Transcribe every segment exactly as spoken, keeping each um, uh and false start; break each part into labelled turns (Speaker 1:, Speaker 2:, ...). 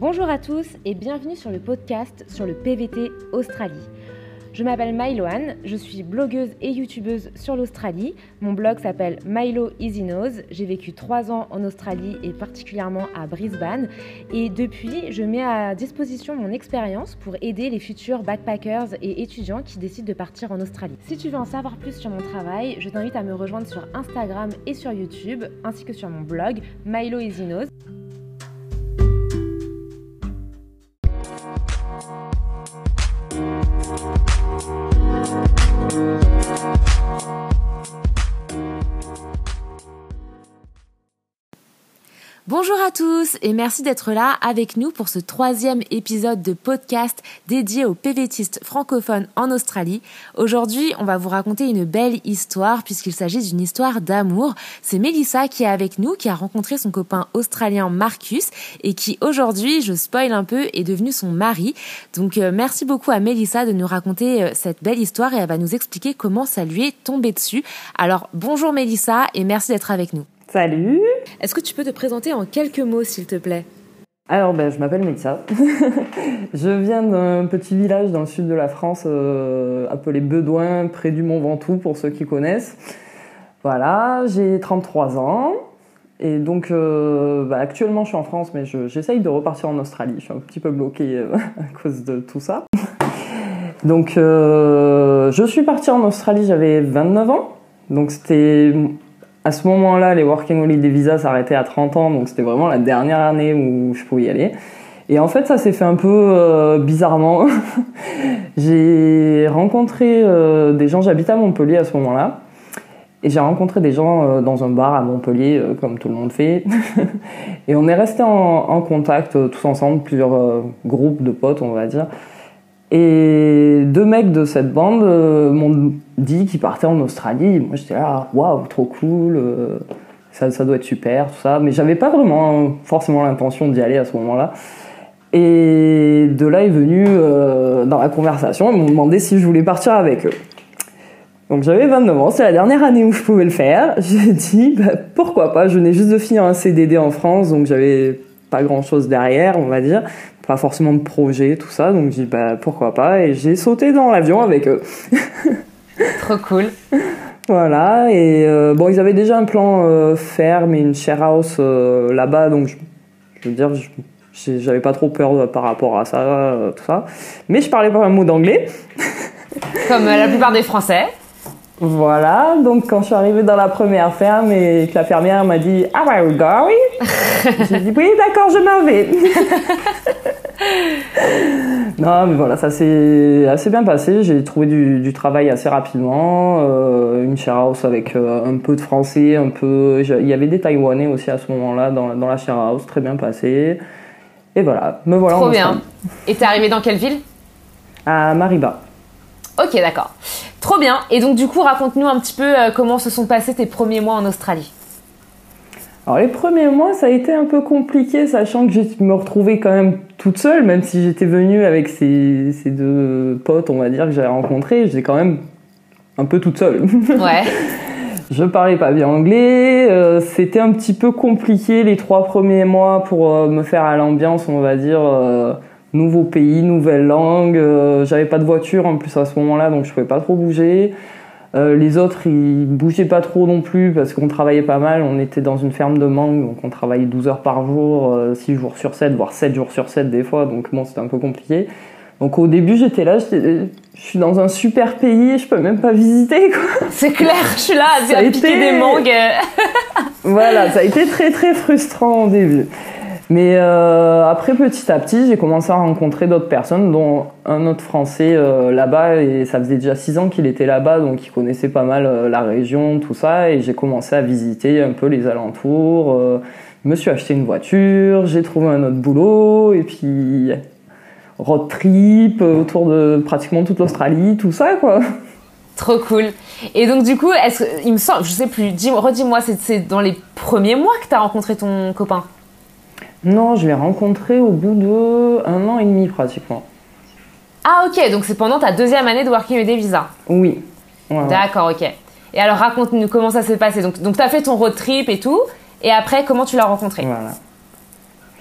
Speaker 1: Bonjour à tous et bienvenue sur le podcast sur le P V T Australie. Je m'appelle Myloane, je suis blogueuse et youtubeuse sur l'Australie. Mon blog s'appelle Mylo Easy Knows. J'ai vécu trois ans en Australie et particulièrement à Brisbane. Et depuis, je mets à disposition mon expérience pour aider les futurs backpackers et étudiants qui décident de partir en Australie. Si tu veux en savoir plus sur mon travail, je t'invite à me rejoindre sur Instagram et sur YouTube, ainsi que sur mon blog Mylo Easy Knows. Bonjour à tous et merci d'être là avec nous pour ce troisième épisode de podcast dédié aux PVTistes francophones en Australie. Aujourd'hui, on va vous raconter une belle histoire puisqu'il s'agit d'une histoire d'amour. C'est Mélissa qui est avec nous, qui a rencontré son copain australien Marcus et qui aujourd'hui, je spoil un peu, est devenu son mari. Donc euh, merci beaucoup à Mélissa de nous raconter euh, cette belle histoire et elle va nous expliquer comment ça lui est tombé dessus. Alors bonjour Mélissa et merci d'être avec nous.
Speaker 2: Salut.
Speaker 1: Est-ce que tu peux te présenter en quelques mots, s'il te plaît ?
Speaker 2: Alors, ben, je m'appelle Mélissa. Je viens d'un petit village dans le sud de la France, euh, appelé Bedouin, près du Mont Ventoux, pour ceux qui connaissent. Voilà, j'ai trente-trois ans. Et donc, euh, bah, actuellement, je suis en France, mais je, j'essaye de repartir en Australie. Je suis un petit peu bloquée euh, à cause de tout ça. Donc, euh, je suis partie en Australie, j'avais vingt-neuf ans. Donc, c'était... À ce moment-là, les Working Holiday Visas s'arrêtaient à trente ans, donc c'était vraiment la dernière année où je pouvais y aller. Et en fait, ça s'est fait un peu euh, bizarrement. J'ai rencontré euh, des gens, j'habitais à Montpellier à ce moment-là, et j'ai rencontré des gens euh, dans un bar à Montpellier, euh, comme tout le monde fait. Et on est restés en, en contact euh, tous ensemble, plusieurs euh, groupes de potes, on va dire. Et deux mecs de cette bande euh, m'ont dit qu'ils partaient en Australie. Moi j'étais là, waouh, trop cool, euh, ça, ça doit être super, tout ça. Mais j'avais pas vraiment forcément l'intention d'y aller à ce moment-là. Et de là est venu euh, dans la conversation, ils m'ont demandé si je voulais partir avec eux. Donc j'avais vingt-neuf ans, c'est la dernière année où je pouvais le faire. J'ai dit, bah, pourquoi pas, je venais juste de finir un C D D en France, donc j'avais pas grand-chose derrière, on va dire. Pas forcément de projet, tout ça, donc j'ai dit bah pourquoi pas, et j'ai sauté dans l'avion avec eux.
Speaker 1: Trop cool.
Speaker 2: Voilà, et euh, bon, ils avaient déjà un plan euh, ferme et une share house euh, là-bas, donc je, je veux dire, je, j'avais pas trop peur par rapport à ça, euh, tout ça. Mais je parlais pas un mot d'anglais.
Speaker 1: Comme euh, la plupart des Français.
Speaker 2: Voilà, donc quand je suis arrivée dans la première ferme et que la fermière m'a dit « Ah, where are we going ?» J'ai dit « Oui, d'accord, je m'en vais. » Non, mais voilà, ça s'est assez bien passé. J'ai trouvé du, du travail assez rapidement. Euh, une share house avec euh, un peu de français, un peu... Il y avait des Taïwanais aussi à ce moment-là dans, dans la share house, très bien passé. Et voilà, me voilà.
Speaker 1: Trop bien. Et t'es arrivée dans quelle ville ?
Speaker 2: À Mariba.
Speaker 1: Ok, d'accord. Trop bien. Et donc, du coup, raconte-nous un petit peu euh, comment se sont passés tes premiers mois en Australie.
Speaker 2: Alors, les premiers mois, ça a été un peu compliqué, sachant que je me retrouvais quand même toute seule, même si j'étais venue avec ces, ces deux potes, on va dire, que j'avais rencontrés, j'étais quand même un peu toute seule.
Speaker 1: Ouais.
Speaker 2: Je parlais pas bien anglais, euh, c'était un petit peu compliqué les trois premiers mois pour euh, me faire à l'ambiance, on va dire... Euh, nouveau pays, nouvelle langue, euh, j'avais pas de voiture en plus à ce moment-là, donc je pouvais pas trop bouger. Euh, les autres, ils bougeaient pas trop non plus parce qu'on travaillait pas mal, on était dans une ferme de mangue, donc on travaillait douze heures par jour, euh, six jours sur sept, voire sept jours sur sept des fois, donc bon, c'était un peu compliqué. Donc au début, j'étais là, j'étais, je suis dans un super pays, je peux même pas visiter, quoi.
Speaker 1: C'est clair, je suis là à piquer été... des mangues.
Speaker 2: Voilà, ça a été très très frustrant au début. Mais euh, après, petit à petit, j'ai commencé à rencontrer d'autres personnes, dont un autre Français euh, là-bas, et ça faisait déjà six ans qu'il était là-bas, donc il connaissait pas mal euh, la région, tout ça, et j'ai commencé à visiter un peu les alentours. Euh, je me suis acheté une voiture, j'ai trouvé un autre boulot, et puis road trip autour de pratiquement toute l'Australie, tout ça, quoi.
Speaker 1: Trop cool. Et donc du coup, est-ce que, il me semble, je sais plus, dis, redis-moi, c'est, c'est dans les premiers mois que t'as rencontré ton copain ?
Speaker 2: Non, je l'ai rencontré au bout de un an et demi pratiquement.
Speaker 1: Ah ok, donc c'est pendant ta deuxième année de Working Holiday Visa.
Speaker 2: Oui. Voilà.
Speaker 1: D'accord, ok. Et alors raconte-nous comment ça s'est passé. Donc, donc tu as fait ton road trip et tout, et après comment tu l'as rencontré ?
Speaker 2: Voilà.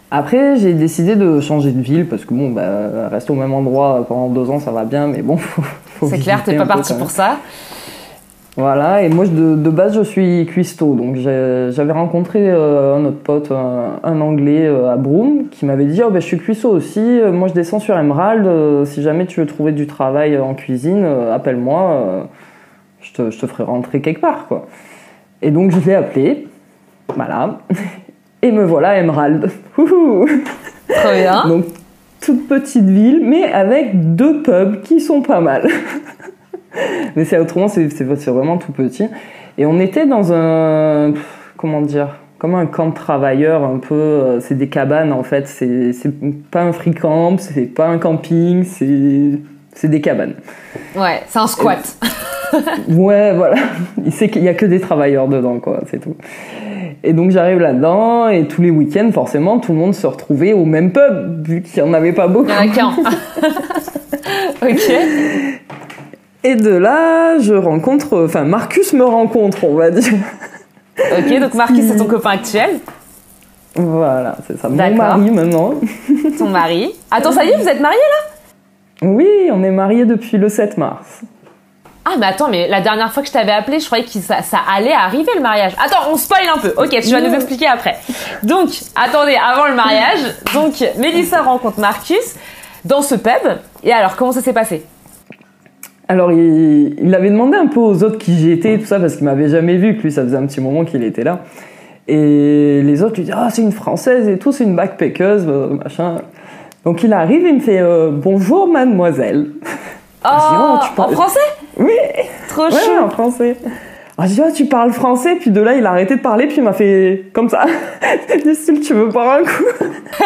Speaker 2: Après, j'ai décidé de changer de ville parce que bon, bah, rester au même endroit pendant deux ans, ça va bien, mais bon, faut, faut
Speaker 1: C'est clair, t'es pas parti pour ça.
Speaker 2: Voilà, et moi de, de base je suis cuistot, donc j'ai, j'avais rencontré euh, un autre pote, un, un anglais euh, à Broome, qui m'avait dit oh, ben, je suis cuistot aussi, euh, moi je descends sur Emerald, euh, si jamais tu veux trouver du travail en cuisine, euh, appelle-moi, euh, je, te, je te ferai rentrer quelque part quoi. Et donc je l'ai appelé, voilà, et me voilà à Emerald.
Speaker 1: Trop bien.
Speaker 2: Donc toute petite ville, mais avec deux pubs qui sont pas mal. Mais c'est autrement, c'est, c'est, c'est vraiment tout petit. Et on était dans un, comment dire, comme un camp de travailleurs un peu. C'est des cabanes en fait. C'est, c'est pas un free camp, c'est pas un camping, c'est, c'est des cabanes.
Speaker 1: Ouais, c'est un squat.
Speaker 2: Et, ouais, voilà. Il sait qu'il y a que des travailleurs dedans, quoi. C'est tout. Et donc j'arrive là-dedans et tous les week-ends, forcément, tout le monde se retrouvait au même pub vu qu'il y en avait pas beaucoup.
Speaker 1: Il y en a qu'un. Ok.
Speaker 2: Et de là, je rencontre, enfin Marcus me rencontre, on va dire.
Speaker 1: Ok, donc Marcus c'est ton copain actuel.
Speaker 2: Voilà, c'est ça,
Speaker 1: D'accord.
Speaker 2: mon mari maintenant.
Speaker 1: Ton mari. Attends, ça y est, vous êtes mariés là ?
Speaker 2: Oui, on est mariés depuis le sept mars.
Speaker 1: Ah mais attends, mais la dernière fois que je t'avais appelé, je croyais que ça, ça allait arriver le mariage. Attends, on spoil un peu. Ok, tu vas nous expliquer après. Donc, attendez, avant le mariage, donc Mélissa rencontre Marcus dans ce pub. Et alors, comment ça s'est passé ?
Speaker 2: Alors, il, il avait demandé un peu aux autres qui j'y étais, tout ça, parce qu'il m'avait jamais vu, que lui, ça faisait un petit moment qu'il était là. Et les autres lui disaient « Ah, c'est une Française et tout, c'est une backpackeuse, machin. » Donc, il arrive et il me fait euh, « Bonjour, mademoiselle. »
Speaker 1: Oh, oh tu parles... en français ?
Speaker 2: Oui.
Speaker 1: Trop
Speaker 2: ouais,
Speaker 1: chou.
Speaker 2: en français. Ah, je dis, oh, tu parles français, puis de là, il a arrêté de parler, puis il m'a fait comme ça. Du style, tu veux boire un coup?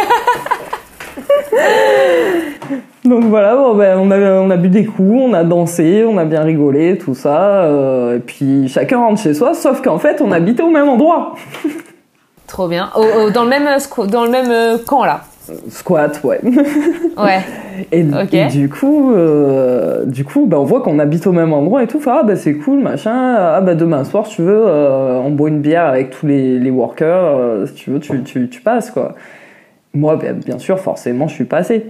Speaker 2: Donc voilà, bon, ben, on, a, on a bu des coups, on a dansé, on a bien rigolé, tout ça. Euh, et puis chacun rentre chez soi, sauf qu'en fait, on habitait au même endroit.
Speaker 1: Trop bien. Au, au, dans le même, dans le même camp, là.
Speaker 2: Squat, ouais.
Speaker 1: Ouais.
Speaker 2: Et,
Speaker 1: okay.
Speaker 2: et du coup, euh, du coup, bah, on voit qu'on habite au même endroit et tout. Ah bah c'est cool, machin. Ah bah demain soir, si tu veux, euh, on boit une bière avec tous les, les workers. Euh, si tu veux, tu, tu, tu passes quoi. Moi, bah, bien sûr, forcément, je suis passé.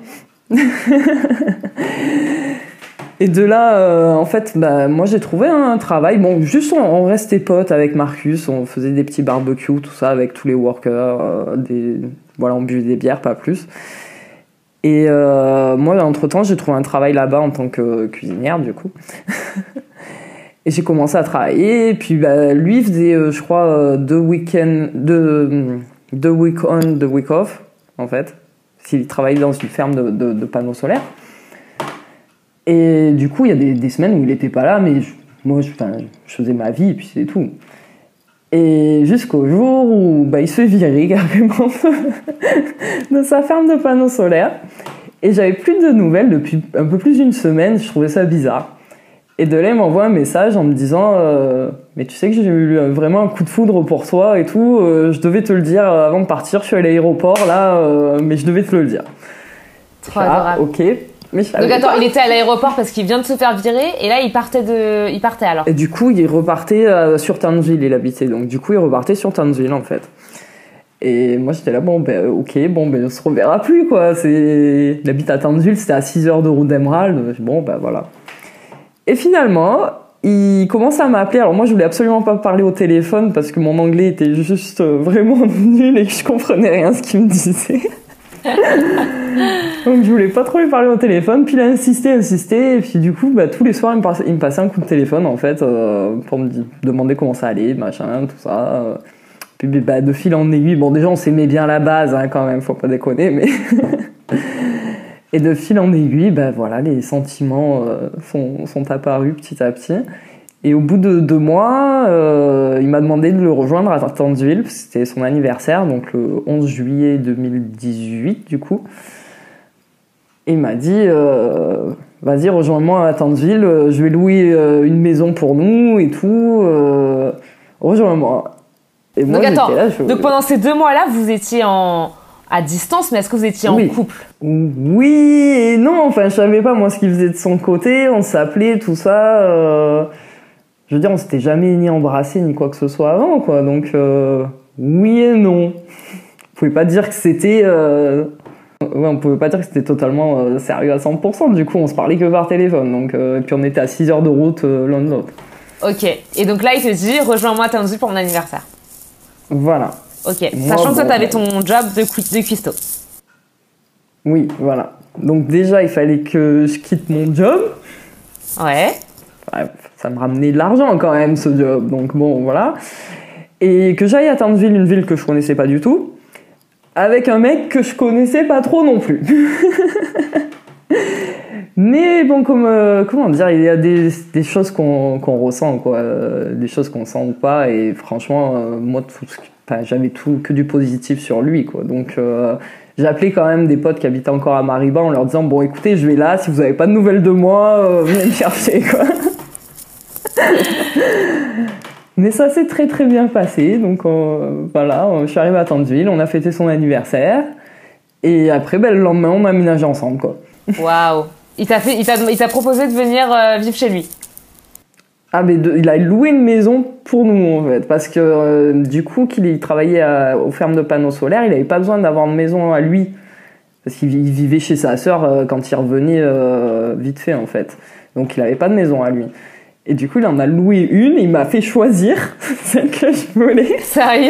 Speaker 2: Et de là, euh, en fait, bah, moi j'ai trouvé un travail. Bon, juste on, on restait potes avec Marcus, on faisait des petits barbecues, tout ça, avec tous les workers. Euh, des... Voilà, on buvait des bières, pas plus. Et euh, moi, entre-temps, j'ai trouvé un travail là-bas en tant que cuisinière, du coup. Et j'ai commencé à travailler. Et puis, bah, lui faisait, euh, je crois, euh, deux week-ends, deux, deux week on, deux week off, en fait. S'il travaillait dans une ferme de, de, de panneaux solaires. Et du coup, il y a des, des semaines où il était pas là, mais je, moi, je, je faisais ma vie, et puis c'est tout. Et jusqu'au jour où bah, il se fait virer carrément de sa ferme de panneaux solaires. Et j'avais plus de nouvelles depuis un peu plus d'une semaine, je trouvais ça bizarre. Et de là, il m'envoie un message en me disant euh, « Mais tu sais que j'ai eu vraiment un coup de foudre pour toi et tout, euh, je devais te le dire avant de partir, je suis à l'aéroport là, euh, mais je devais te le dire. »
Speaker 1: Trop adorable.
Speaker 2: Ah, ok. Mais
Speaker 1: donc attends, pas. Il était à l'aéroport parce qu'il vient de se faire virer et là il partait de, il partait alors.
Speaker 2: Et du coup il repartait euh, sur Townsville, il habitait, donc du coup il repartait sur Townsville en fait. Et moi j'étais là, bon ben ok, bon ben on se reverra plus quoi. C'est, il habite à Townsville, c'était à six heures de route d'Emerald, bon ben voilà. Et finalement il commence à m'appeler. Alors moi je voulais absolument pas parler au téléphone parce que mon anglais était juste vraiment nul et que je comprenais rien à ce qu'il me disait. Donc je voulais pas trop lui parler au téléphone, puis il a insisté, insisté, et puis du coup bah, tous les soirs il me, passait, il me passait un coup de téléphone en fait euh, pour me d- demander comment ça allait, machin, tout ça. Euh. Puis bah, de fil en aiguille, bon déjà on s'aimait bien la base hein, quand même, faut pas déconner, mais et de fil en aiguille, bah voilà, les sentiments euh, sont, sont apparus petit à petit. Et au bout de deux mois, euh, il m'a demandé de le rejoindre à Townsville, c'était son anniversaire, donc le onze juillet deux mille dix-huit du coup. Et il m'a dit, euh, vas-y rejoins-moi à Townsville, je vais louer euh, une maison pour nous et tout, euh, rejoins-moi. Et moi,
Speaker 1: donc attends,
Speaker 2: là, je...
Speaker 1: donc pendant ces deux mois-là, vous étiez en... à distance, mais est-ce que vous étiez en
Speaker 2: oui.
Speaker 1: couple ?
Speaker 2: Oui et non, enfin je savais pas moi ce qu'il faisait de son côté, on s'appelait, tout ça... Euh... Je veux dire, on s'était jamais ni embrassé ni quoi que ce soit avant, quoi. Donc, euh, oui et non. pouvait pas dire que c'était... Euh... Ouais, on pouvait pas dire que c'était totalement euh, sérieux à cent pour cent. Du coup, on se parlait que par téléphone. Donc, euh, et puis on était à six heures de route euh, l'un de l'autre.
Speaker 1: Ok. Et donc là, il te dit, rejoins-moi à Townsville pour mon anniversaire.
Speaker 2: Voilà.
Speaker 1: Ok.
Speaker 2: Moi,
Speaker 1: Sachant que toi,
Speaker 2: bon,
Speaker 1: t'avais
Speaker 2: ouais.
Speaker 1: ton job de, cu- de cuistot.
Speaker 2: Oui, voilà. Donc déjà, il fallait que je quitte mon job.
Speaker 1: Ouais.
Speaker 2: Ouais, ça me ramenait de l'argent quand même, ce job. Donc bon, voilà. Et que j'aille à Townsville, une ville que je connaissais pas du tout, avec un mec que je connaissais pas trop non plus. Mais bon, comme, euh, comment dire, il y a des, des choses qu'on qu'on ressent, quoi. Euh, des choses qu'on sent ou pas. Et franchement, euh, moi, tout ce qui- enfin, j'avais tout, que du positif sur lui, quoi. Donc, euh, j'ai appelé quand même des potes qui habitaient encore à Mariban en leur disant, bon, écoutez, je vais là, si vous avez pas de nouvelles de moi, euh, venez me chercher, quoi. Mais ça s'est très très bien passé. Donc, euh, voilà, je suis arrivée à Townsville, on a fêté son anniversaire. Et après, ben, le lendemain, on a aménagé ensemble, quoi.
Speaker 1: Waouh. Il t'a fait, il t'a, il t'a proposé de venir euh, vivre chez lui.
Speaker 2: Ah, mais de, il a loué une maison pour nous, en fait. Parce que, euh, du coup, qu'il il travaillait à, aux fermes de panneaux solaires, il n'avait pas besoin d'avoir une maison à lui. Parce qu'il il vivait chez sa sœur euh, quand il revenait euh, vite fait, en fait. Donc, il n'avait pas de maison à lui. Et du coup, il en a loué une, et il m'a fait choisir celle que je voulais.
Speaker 1: Sérieux?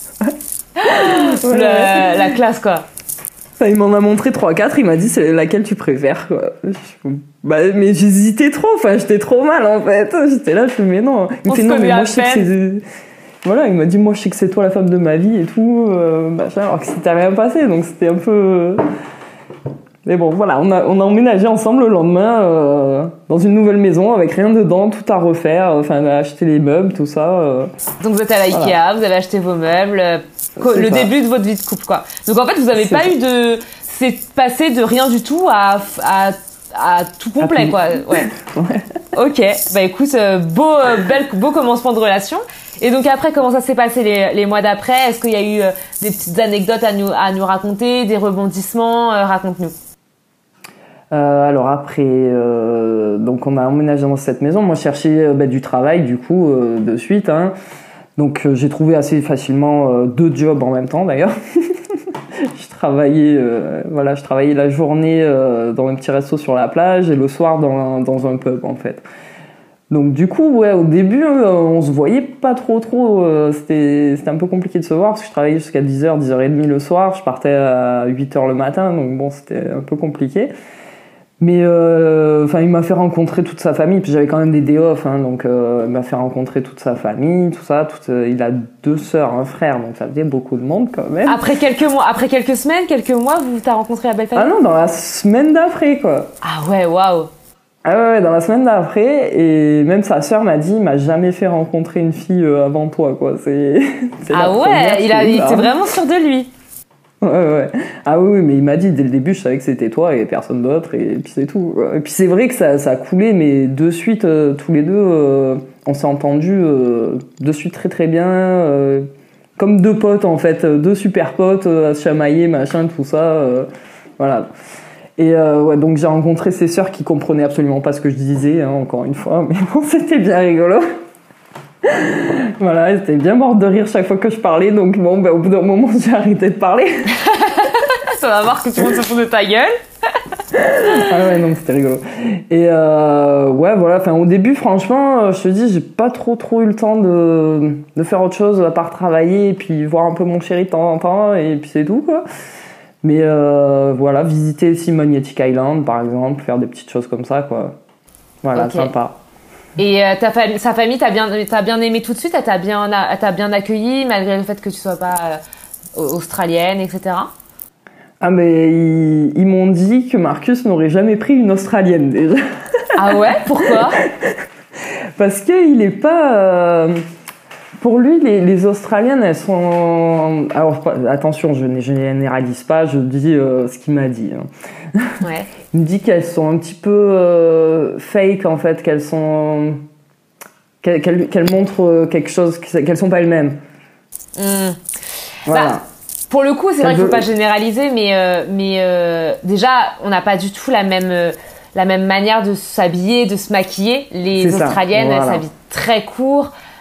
Speaker 2: Ouais.
Speaker 1: Le- la classe, quoi.
Speaker 2: Enfin, il m'en a montré trois quatre, il m'a dit c'est laquelle tu préfères, quoi. Je- Bah, mais j'hésitais trop, enfin, j'étais trop mal, en fait. J'étais là, je fais, mais non. Il
Speaker 1: On
Speaker 2: me fait,
Speaker 1: se
Speaker 2: non, mais
Speaker 1: connaît
Speaker 2: moi,
Speaker 1: à
Speaker 2: je sais que
Speaker 1: peine.
Speaker 2: c'est... Voilà, il m'a dit, moi, je sais que c'est toi la femme de ma vie et tout, euh, machin, alors que c'était rien passé, donc c'était un peu... Mais bon, voilà, on a, on a emménagé ensemble le lendemain, euh, dans une nouvelle maison, avec rien dedans, tout à refaire, enfin, on a acheté les meubles, tout ça. euh.
Speaker 1: Donc vous êtes à la Ikea,
Speaker 2: Voilà.
Speaker 1: vous avez acheté vos meubles, euh, co-
Speaker 2: C'est
Speaker 1: le
Speaker 2: ça.
Speaker 1: début de votre vie de couple, quoi. Donc en fait, vous n'avez
Speaker 2: C'est
Speaker 1: pas
Speaker 2: ça.
Speaker 1: eu de... C'est passé de rien du tout à, à, à tout complet,
Speaker 2: tout.
Speaker 1: quoi. Ouais.
Speaker 2: Ouais.
Speaker 1: Ok, bah écoute, euh, beau, euh, bel, beau commencement de relation. Et donc après, comment ça s'est passé les, les mois d'après? Est-ce qu'il y a eu euh, des petites anecdotes à nous, à nous raconter, des rebondissements? Euh, Raconte-nous.
Speaker 2: Euh, alors après, euh, donc on a emménagé dans cette maison. Moi, je cherchais euh, bah, du travail, du coup, euh, de suite. Hein. Donc euh, j'ai trouvé assez facilement euh, deux jobs en même temps, d'ailleurs. je travaillais, euh, voilà, je travaillais la journée euh, dans un petit resto sur la plage et le soir dans un, dans un pub, en fait. Donc du coup, ouais, au début, euh, on se voyait pas trop, trop. Euh, c'était, c'était un peu compliqué de se voir parce que je travaillais jusqu'à dix heures, dix heures trente le soir. Je partais à huit heures le matin, donc bon, c'était un peu compliqué. Mais euh, enfin, il m'a fait rencontrer toute sa famille. Puis j'avais quand même des day off, hein, donc euh, il m'a fait rencontrer toute sa famille, tout ça. Toute, euh, il a deux sœurs, un frère, donc ça faisait beaucoup de monde quand même.
Speaker 1: Après quelques mois, après quelques semaines, quelques mois, vous t'as rencontré la belle famille?
Speaker 2: Ah non, dans la semaine d'après, quoi.
Speaker 1: Ah ouais, waouh.
Speaker 2: Ah ouais, ouais, dans la semaine d'après, et même sa sœur m'a dit, il m'a jamais fait rencontrer une fille euh, avant toi, quoi. C'est, c'est la
Speaker 1: Ah
Speaker 2: première
Speaker 1: ouais, il, a,
Speaker 2: fille,
Speaker 1: il
Speaker 2: là.
Speaker 1: était vraiment sûr de lui.
Speaker 2: Ouais, ouais. Ah oui, oui, mais il m'a dit dès le début, je savais que c'était toi et personne d'autre, et puis c'est tout. Et puis c'est vrai que ça, ça a coulé, mais de suite, euh, tous les deux, euh, on s'est entendus euh, de suite très très bien, euh, comme deux potes en fait, deux super potes euh, à se chamailler, machin, tout ça, euh, voilà. Et euh, ouais, donc j'ai rencontré ses sœurs qui comprenaient absolument pas ce que je disais, hein, encore une fois, mais bon, c'était bien rigolo. Voilà, j'étais bien morte de rire chaque fois que je parlais, donc bon, bah, au bout d'un moment, j'ai arrêté de parler.
Speaker 1: Ça va voir que tout le monde se fout de ta gueule.
Speaker 2: Ah ouais, non, c'était rigolo. Et euh, ouais, voilà, enfin, au début, franchement, je te dis, j'ai pas trop trop eu le temps de, de faire autre chose à part travailler et puis voir un peu mon chéri de temps en temps, et puis c'est tout, quoi. Mais euh, voilà, visiter aussi Magnetic Island, par exemple, faire des petites choses comme ça, quoi. Voilà,
Speaker 1: Ok.
Speaker 2: sympa.
Speaker 1: Et euh, ta fa- sa famille t'a bien, t'a bien aimé tout de suite? Elle t'a bien, elle t'a bien accueilli malgré le fait que tu sois pas euh, australienne, et cetera.
Speaker 2: Ah, mais ils, ils m'ont dit que Marcus n'aurait jamais pris une Australienne, déjà.
Speaker 1: Ah ouais? Pourquoi?
Speaker 2: Parce qu'il est pas... euh, Pour lui, les, les Australiennes, elles sont... Alors, pas- attention, je ne généralise pas, je dis euh, ce qu'il m'a dit. Hein.
Speaker 1: Ouais.
Speaker 2: Il me dit qu'elles sont un petit peu euh, fake, en fait, qu'elles sont... Qu'elles, qu'elles, qu'elles montrent quelque chose, qu'elles sont pas elles-mêmes.
Speaker 1: Hmm.
Speaker 2: Voilà.
Speaker 1: Bah, pour le coup, c'est
Speaker 2: Ça
Speaker 1: vrai qu'il
Speaker 2: veut-
Speaker 1: faut pas généraliser, mais, euh, mais euh, déjà, on n'a pas du tout la même, euh, la même manière de s'habiller, de se maquiller. Les
Speaker 2: C'est ça,
Speaker 1: Australiennes,
Speaker 2: voilà.
Speaker 1: elles s'habillent très court.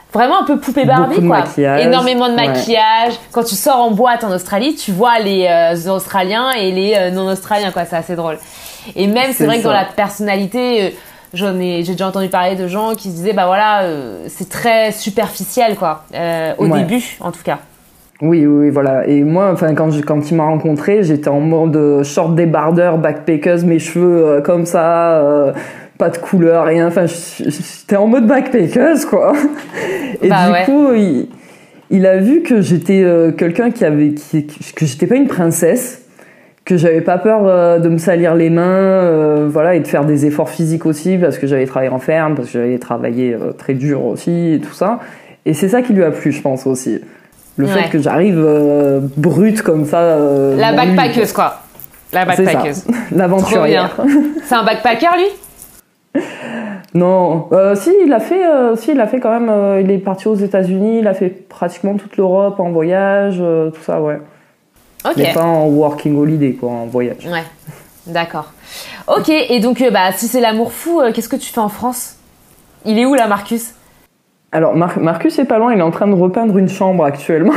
Speaker 1: Vraiment un peu poupée Barbie,
Speaker 2: Beaucoup de
Speaker 1: quoi.
Speaker 2: maquillage.
Speaker 1: Énormément de
Speaker 2: Ouais.
Speaker 1: maquillage. Quand tu sors en boîte en Australie, tu vois les euh, Australiens et les euh, non-Australiens, quoi. C'est assez drôle. Et même, c'est,
Speaker 2: C'est
Speaker 1: vrai que
Speaker 2: ça.
Speaker 1: dans la personnalité, euh, j'en ai, j'ai déjà entendu parler de gens qui se disaient, bah voilà, euh, c'est très superficiel, quoi. Euh, au
Speaker 2: Ouais.
Speaker 1: début, en tout cas.
Speaker 2: Oui, oui, oui, voilà. Et moi, enfin, quand, je, quand il m'a rencontré, j'étais en mode euh, short débardeur, backpackers, mes cheveux euh, comme ça, euh, pas de couleur, rien. Enfin, je- j'étais en mode backpackers, quoi. Et
Speaker 1: Bah
Speaker 2: du
Speaker 1: ouais.
Speaker 2: coup, il, il a vu que j'étais euh, quelqu'un qui avait, qui, que j'étais pas une princesse, que j'avais pas peur euh, de me salir les mains, euh, voilà, et de faire des efforts physiques aussi, parce que j'avais travaillé en ferme, parce que j'avais travaillé euh, très dur aussi, et tout ça. Et c'est ça qui lui a plu, je pense aussi. Le
Speaker 1: Ouais.
Speaker 2: fait que j'arrive euh, brute comme ça. Euh,
Speaker 1: La
Speaker 2: devant lui,
Speaker 1: backpackeuse, quoi. La
Speaker 2: C'est ça,
Speaker 1: backpackeuse.
Speaker 2: l'aventurière.
Speaker 1: C'est un backpacker, lui?
Speaker 2: Non, euh, si il a fait, euh, si il a fait quand même. Euh, il est parti aux États-Unis, il a fait pratiquement toute l'Europe en voyage, euh, tout ça, ouais.
Speaker 1: Ok.
Speaker 2: Mais pas en working holiday, quoi, en voyage.
Speaker 1: Ouais. D'accord. Ok. Et donc, euh, bah, si c'est l'amour fou, euh, qu'est-ce que tu fais en France? Il est où, là, Marcus?
Speaker 2: Alors Mar- Marcus est pas loin, il est en train de repeindre une chambre actuellement.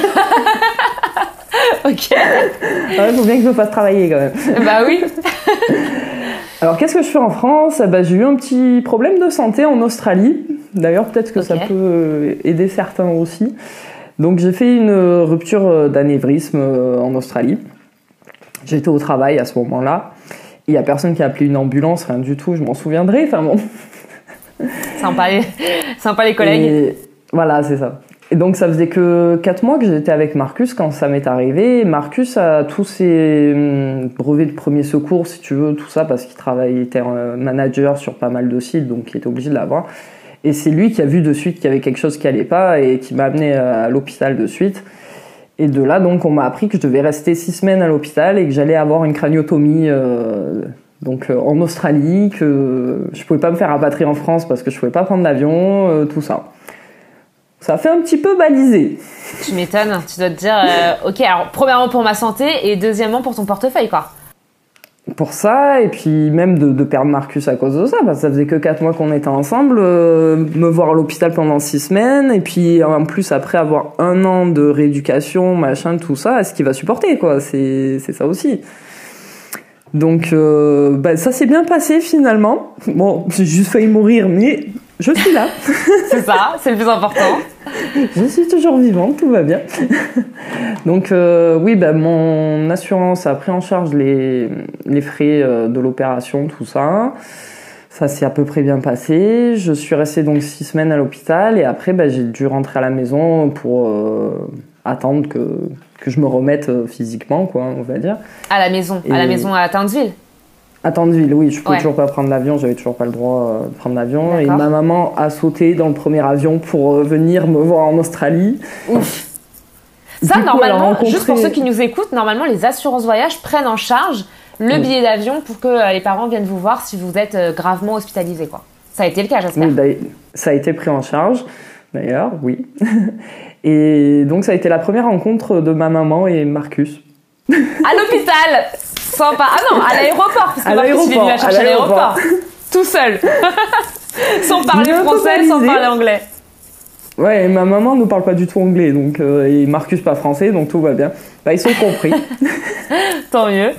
Speaker 1: Ok.
Speaker 2: Il faut bien que je me fasse travailler quand même.
Speaker 1: Bah oui.
Speaker 2: Alors qu'est-ce que je fais en France? Bah, j'ai eu un petit problème de santé en Australie. D'ailleurs peut-être que
Speaker 1: Ok.
Speaker 2: ça peut aider certains aussi. Donc j'ai fait une rupture d'anévrisme en Australie. J'étais au travail à ce moment-là. Il y a personne qui a appelé une ambulance, rien du tout, je m'en souviendrai. Enfin bon.
Speaker 1: Sympa les, sympa les collègues.
Speaker 2: Et voilà, c'est ça. Et donc ça faisait que quatre mois que j'étais avec Marcus quand ça m'est arrivé. Marcus a tous ses hum, brevets de premier secours, si tu veux, tout ça, parce qu'il travaille, il était euh, manager sur pas mal de sites, donc il était obligé de l'avoir. Et c'est lui qui a vu de suite qu'il y avait quelque chose qui allait pas et qui m'a amené à l'hôpital de suite. Et de là, donc, on m'a appris que je devais rester six semaines à l'hôpital et que j'allais avoir une craniotomie euh, donc, euh, en Australie, que je pouvais pas me faire rapatrier en France parce que je pouvais pas prendre l'avion, euh, tout ça. Ça fait un petit peu balisé.
Speaker 1: Tu m'étonnes, tu dois te dire, euh, ok, alors premièrement pour ma santé et deuxièmement pour ton portefeuille, quoi.
Speaker 2: Pour ça, et puis même de, de perdre Marcus à cause de ça, parce que ça faisait que quatre mois qu'on était ensemble, euh, me voir à l'hôpital pendant six semaines, et puis en plus après avoir un an de rééducation, machin, tout ça, est-ce qu'il va supporter, quoi? C'est, c'est ça aussi. Donc, euh, bah, ça s'est bien passé finalement. Bon, j'ai juste failli mourir, mais je suis là.
Speaker 1: C'est ça, c'est le plus important.
Speaker 2: Je suis toujours vivante, tout va bien. Donc euh, oui, bah, mon assurance a pris en charge les, les frais euh, de l'opération, tout ça. Ça s'est à peu près bien passé. Je suis restée donc six semaines à l'hôpital et après bah, j'ai dû rentrer à la maison pour euh, attendre que, que je me remette euh, physiquement, quoi, on va dire.
Speaker 1: À la maison,
Speaker 2: Et-
Speaker 1: à la maison à Townsville.
Speaker 2: À Townsville, oui, je pouvais
Speaker 1: Ouais.
Speaker 2: toujours pas prendre l'avion, j'avais toujours pas le droit euh, de prendre l'avion. Et
Speaker 1: D'accord.
Speaker 2: ma maman a sauté dans le premier avion pour euh, venir me voir en Australie.
Speaker 1: Ouf.
Speaker 2: Du
Speaker 1: Ça,
Speaker 2: coup, elle a
Speaker 1: normalement,
Speaker 2: rencontré-
Speaker 1: juste pour ceux qui nous écoutent, normalement, les assurances voyage prennent en charge le
Speaker 2: Oui.
Speaker 1: billet d'avion pour que euh, les parents viennent vous voir si vous êtes euh, gravement hospitalisé, quoi. Ça a été le cas, j'espère.
Speaker 2: Oui, d'ailleurs, ça a été pris en charge, d'ailleurs, oui. Et donc ça a été la première rencontre de ma maman et Marcus.
Speaker 1: À l'hôpital. Sympa. Ah non, à l'aéroport. Parce que
Speaker 2: À
Speaker 1: Marcus, il est venu la
Speaker 2: l'aéroport,
Speaker 1: chercher
Speaker 2: à
Speaker 1: à l'aéroport.
Speaker 2: l'aéroport.
Speaker 1: Tout seul. Sans parler
Speaker 2: Il est un peu
Speaker 1: français, sans
Speaker 2: balisé.
Speaker 1: parler anglais.
Speaker 2: Ouais, et ma maman ne parle pas du tout anglais, donc euh, et Marcus pas français, donc tout va bien. Bah, ils sont compris.
Speaker 1: Tant mieux.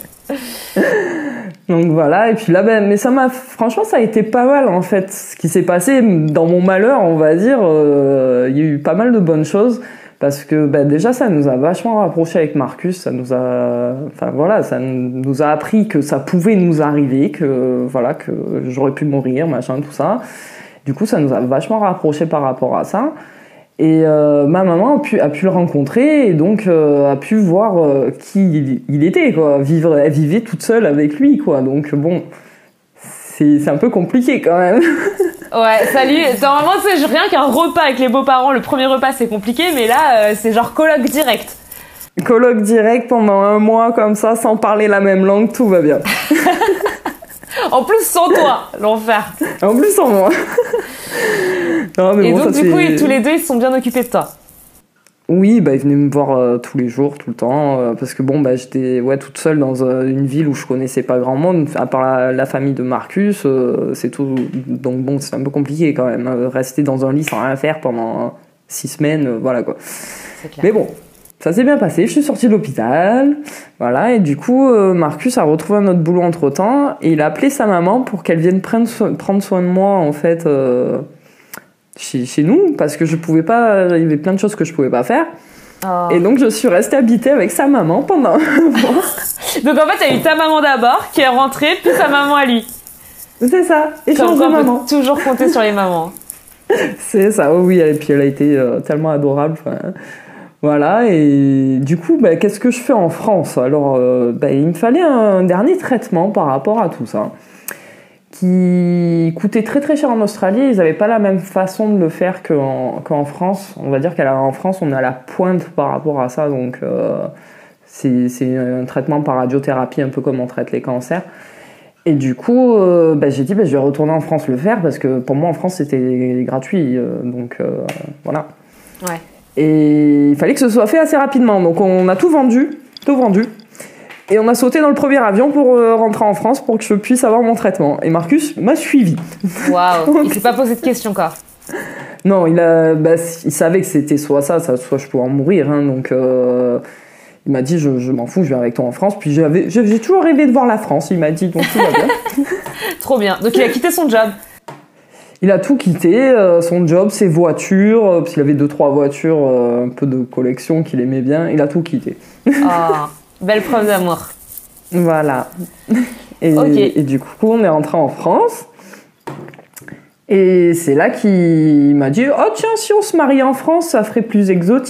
Speaker 2: Donc voilà, et puis là, ben, mais ça m'a, franchement, ça a été pas mal en fait. Ce qui s'est passé dans mon malheur, on va dire, euh, il y a eu pas mal de bonnes choses. Parce que ben, déjà, ça nous a vachement rapprochés avec Marcus, ça nous a, enfin voilà, ça nous a appris que ça pouvait nous arriver, que voilà, que j'aurais pu mourir, machin, tout ça. Du coup, ça nous a vachement rapprochés par rapport à ça. Et euh, ma maman a pu, a pu le rencontrer et donc euh, a pu voir euh, qui il, il était, quoi. Vivre, elle vivait toute seule avec lui, quoi. Donc bon, c'est, c'est un peu compliqué quand même.
Speaker 1: Ouais, salut. Normalement, tu sais, rien qu'un repas avec les beaux-parents, le premier repas, c'est compliqué, mais là, euh, c'est genre colloque direct.
Speaker 2: Colloque direct pendant un mois comme ça, sans parler la même langue, tout va bien.
Speaker 1: En plus, sans toi, l'enfer.
Speaker 2: En plus en moi. Non, mais
Speaker 1: Et
Speaker 2: bon,
Speaker 1: donc,
Speaker 2: ça,
Speaker 1: du coup,
Speaker 2: c'est-
Speaker 1: ils- tous les deux, ils se sont bien occupés de toi.
Speaker 2: Oui, bah, il venait me voir euh, tous les jours, tout le temps, euh, parce que bon, bah, j'étais ouais, toute seule dans euh, une ville où je connaissais pas grand monde, à part la, la famille de Marcus, euh, c'est tout. Donc bon, c'est un peu compliqué quand même, euh, rester dans un lit sans rien faire pendant six semaines, euh, voilà quoi.
Speaker 1: C'est clair.
Speaker 2: Mais bon, ça s'est bien passé, je suis sortie de l'hôpital, voilà, et du coup, euh, Marcus a retrouvé un autre boulot entre-temps, et il a appelé sa maman pour qu'elle vienne prendre, so- prendre soin de moi, en fait... Euh, Chez, chez nous, parce que je pouvais pas, il y avait plein de choses que je pouvais pas faire. Oh. Et donc je suis restée habitée avec sa maman pendant un mois.
Speaker 1: Donc en fait, il y a eu ta maman d'abord qui est rentrée, puis sa maman à lui.
Speaker 2: C'est ça, échange de maman.
Speaker 1: On peut toujours compter sur les mamans.
Speaker 2: C'est ça, oh oui, et puis elle a été euh, tellement adorable. Voilà, et du coup, bah, qu'est-ce que je fais en France? Alors, euh, bah, il me fallait un dernier traitement par rapport à tout ça, qui coûtait très très cher en Australie. Ils n'avaient pas la même façon de le faire qu'en, qu'en France. On va dire qu'en France, on est à la pointe par rapport à ça. Donc, euh, c'est, c'est un traitement par radiothérapie, un peu comme on traite les cancers. Et du coup, euh, bah, j'ai dit, bah, je vais retourner en France le faire, parce que pour moi, en France, c'était gratuit. Euh, donc, euh, voilà.
Speaker 1: Ouais.
Speaker 2: Et il fallait que ce soit fait assez rapidement. Donc, on a tout vendu, tout vendu. Et on a sauté dans le premier avion pour euh, rentrer en France pour que je puisse avoir mon traitement. Et Marcus m'a suivi.
Speaker 1: Waouh, il s'est pas posé de questions, quoi.
Speaker 2: Non, il, a, bah, il savait que c'était soit ça, soit je pouvais en mourir. Hein, donc, euh, il m'a dit, je, je m'en fous, je viens avec toi en France. Puis j'avais, j'ai toujours rêvé de voir la France, il m'a dit, donc tout va bien.
Speaker 1: Trop bien. Donc il a quitté son job.
Speaker 2: Il a tout quitté, euh, son job, ses voitures, euh, parce qu'il avait deux, trois voitures, euh, un peu de collection qu'il aimait bien. Il a tout quitté.
Speaker 1: Ah. Belle preuve d'amour.
Speaker 2: Voilà. Et,
Speaker 1: okay.
Speaker 2: et du coup, on est rentré en France. Et c'est là qu'il m'a dit « Oh tiens, si on se marie en France, ça ferait plus exotique. »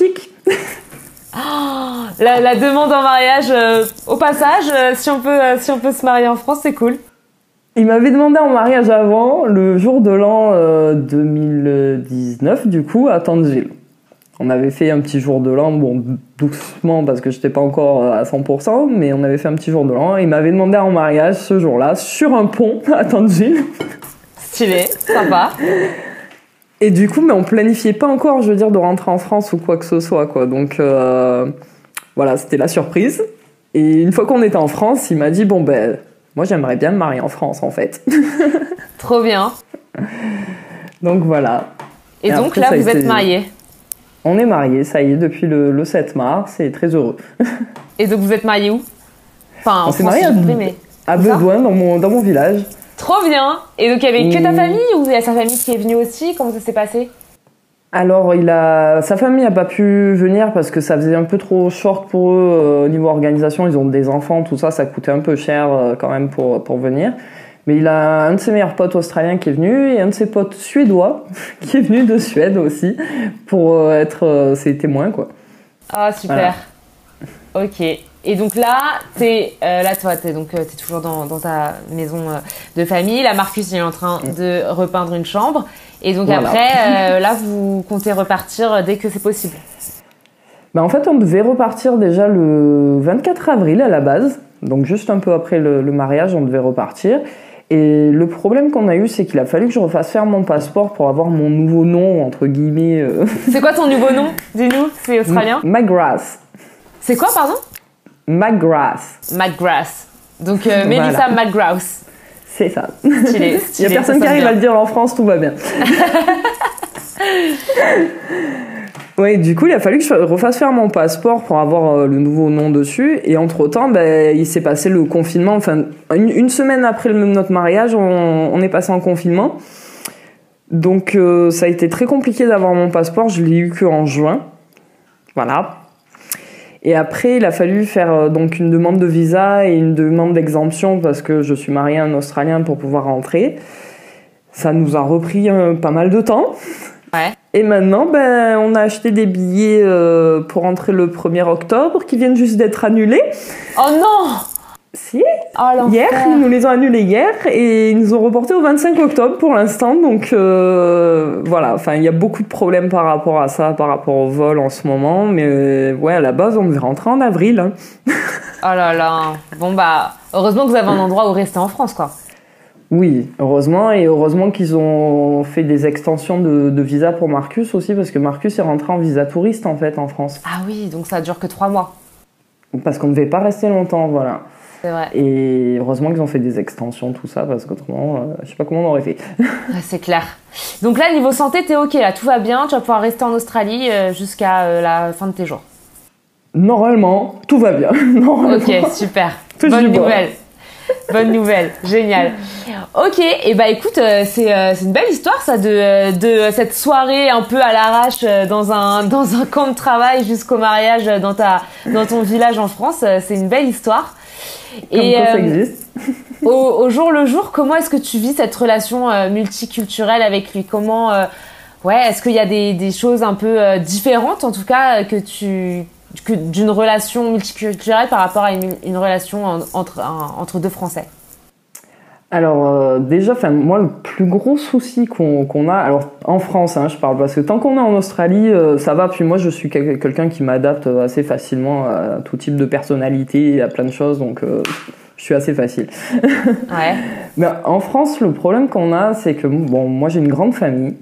Speaker 1: Oh, la, la demande en mariage, euh, au passage, euh, si, on peut, euh, si on peut se marier en France, c'est cool.
Speaker 2: Il m'avait demandé en mariage avant, le jour de l'an euh, deux mille dix-neuf, du coup, à Townsville. On avait fait un petit jour de l'an, bon, doucement parce que j'étais pas encore à cent pour cent, mais on avait fait un petit jour de l'an. Il m'avait demandé en mariage ce jour-là, sur un pont à Townsville.
Speaker 1: Stylé, sympa.
Speaker 2: Et du coup, mais on planifiait pas encore, je veux dire, de rentrer en France ou quoi que ce soit, quoi. Donc, euh, voilà, c'était la surprise. Et une fois qu'on était en France, il m'a dit, bon, ben, moi, j'aimerais bien me marier en France, en fait.
Speaker 1: Trop bien.
Speaker 2: Donc, voilà.
Speaker 1: Et, Et donc, après, là, vous été... êtes mariés?
Speaker 2: On est mariés, ça y est, depuis le, le sept mars, et très heureux.
Speaker 1: Et donc vous êtes mariés où? Enfin,
Speaker 2: on s'est mariés à,
Speaker 1: mais...
Speaker 2: à Bedouin, dans mon, dans mon village.
Speaker 1: Trop bien. Et donc il y avait que ta famille ou il y a sa famille qui est venue aussi? Comment ça s'est passé?
Speaker 2: Alors, il a, sa famille n'a pas pu venir parce que ça faisait un peu trop short pour eux euh, au niveau organisation. Ils ont des enfants, tout ça, ça coûtait un peu cher euh, quand même pour, pour venir. Mais il a un de ses meilleurs potes australiens qui est venu et un de ses potes suédois qui est venu de Suède aussi pour euh, être euh, ses témoins, quoi.
Speaker 1: Ah, super. Voilà. Ok. Et donc là, t'es, euh, là toi, t'es, donc, euh, t'es toujours dans, dans ta maison euh, de famille. Là, Marcus il est en train de repeindre une chambre. Et donc voilà. Après, euh, là, vous comptez repartir dès que c'est possible.
Speaker 2: Ben, en fait, on devait repartir déjà le vingt-quatre avril à la base. Donc juste un peu après le, le mariage, on devait repartir. Et le problème qu'on a eu, c'est qu'il a fallu que je refasse faire mon passeport pour avoir mon nouveau nom, entre guillemets. Euh...
Speaker 1: C'est quoi ton nouveau nom? Dis-nous, c'est australien?
Speaker 2: McGrath.
Speaker 1: C'est quoi, pardon?
Speaker 2: McGrath.
Speaker 1: McGrath. Donc euh, Melissa voilà. McGrath.
Speaker 2: C'est ça.
Speaker 1: Stylé, stylé.
Speaker 2: Il n'y a personne qui arrive bien. À le dire en France, tout va bien. Oui, du coup, il a fallu que je refasse faire mon passeport pour avoir euh, le nouveau nom dessus. Et entre-temps, ben, il s'est passé le confinement. Enfin, une, une semaine après le, notre mariage, on, on est passé en confinement. Donc, euh, ça a été très compliqué d'avoir mon passeport. Je l'ai eu qu'en juin. Voilà. Et après, il a fallu faire euh, donc une demande de visa et une demande d'exemption parce que je suis mariée à un Australien pour pouvoir rentrer. Ça nous a repris euh, pas mal de temps.
Speaker 1: Ouais.
Speaker 2: Et maintenant, ben, on a acheté des billets euh, pour rentrer le premier octobre qui viennent juste d'être annulés.
Speaker 1: Oh non!
Speaker 2: Si.
Speaker 1: Oh,
Speaker 2: hier, ils nous les ont annulés hier et ils nous ont reportés au vingt-cinq octobre pour l'instant. Donc euh, voilà, enfin il y a beaucoup de problèmes par rapport à ça, par rapport au vol en ce moment. Mais euh, ouais, à la base, on devait rentrer en avril. Hein.
Speaker 1: Oh là là. Bon bah, heureusement que vous avez un endroit où rester en France, quoi.
Speaker 2: Oui, heureusement, et heureusement qu'ils ont fait des extensions de, de visa pour Marcus aussi, parce que Marcus est rentré en visa touriste en fait en France.
Speaker 1: Ah oui, donc ça dure que trois mois.
Speaker 2: Parce qu'on ne devait pas rester longtemps, voilà.
Speaker 1: C'est vrai.
Speaker 2: Et heureusement qu'ils ont fait des extensions, tout ça, parce qu'autrement, euh, je sais pas comment on aurait fait.
Speaker 1: Ouais, c'est clair. Donc là, niveau santé, t'es ok, là, tout va bien, tu vas pouvoir rester en Australie euh, jusqu'à euh, la fin de tes jours.
Speaker 2: Normalement, tout va bien. Normalement.
Speaker 1: Ok, super.
Speaker 2: Touche
Speaker 1: Bonne
Speaker 2: du bois.
Speaker 1: nouvelle. Bonne nouvelle, génial. Ok, et bah écoute, euh, c'est euh, c'est une belle histoire ça de euh, de cette soirée un peu à l'arrache euh, dans un dans un camp de travail jusqu'au mariage euh, dans ta dans ton village en France. Euh, c'est une belle histoire.
Speaker 2: Comme
Speaker 1: et
Speaker 2: quoi ça
Speaker 1: euh,
Speaker 2: existe.
Speaker 1: au, au jour le jour, comment est-ce que tu vis cette relation euh, multiculturelle avec lui? Comment euh, ouais, est-ce qu'il y a des des choses un peu euh, différentes en tout cas euh, que tu que d'une relation multiculturelle par rapport à une, une relation en, entre, un, entre deux Français?
Speaker 2: Alors euh, déjà, moi le plus gros souci qu'on qu'on a, alors en France, hein, je parle parce que tant qu'on est en Australie, euh, ça va. Puis moi, je suis quel- quelqu'un qui m'adapte assez facilement à tout type de personnalité, à plein de choses, donc euh, je suis assez facile.
Speaker 1: Ouais.
Speaker 2: Mais en France, le problème qu'on a, c'est que bon, moi j'ai une grande famille.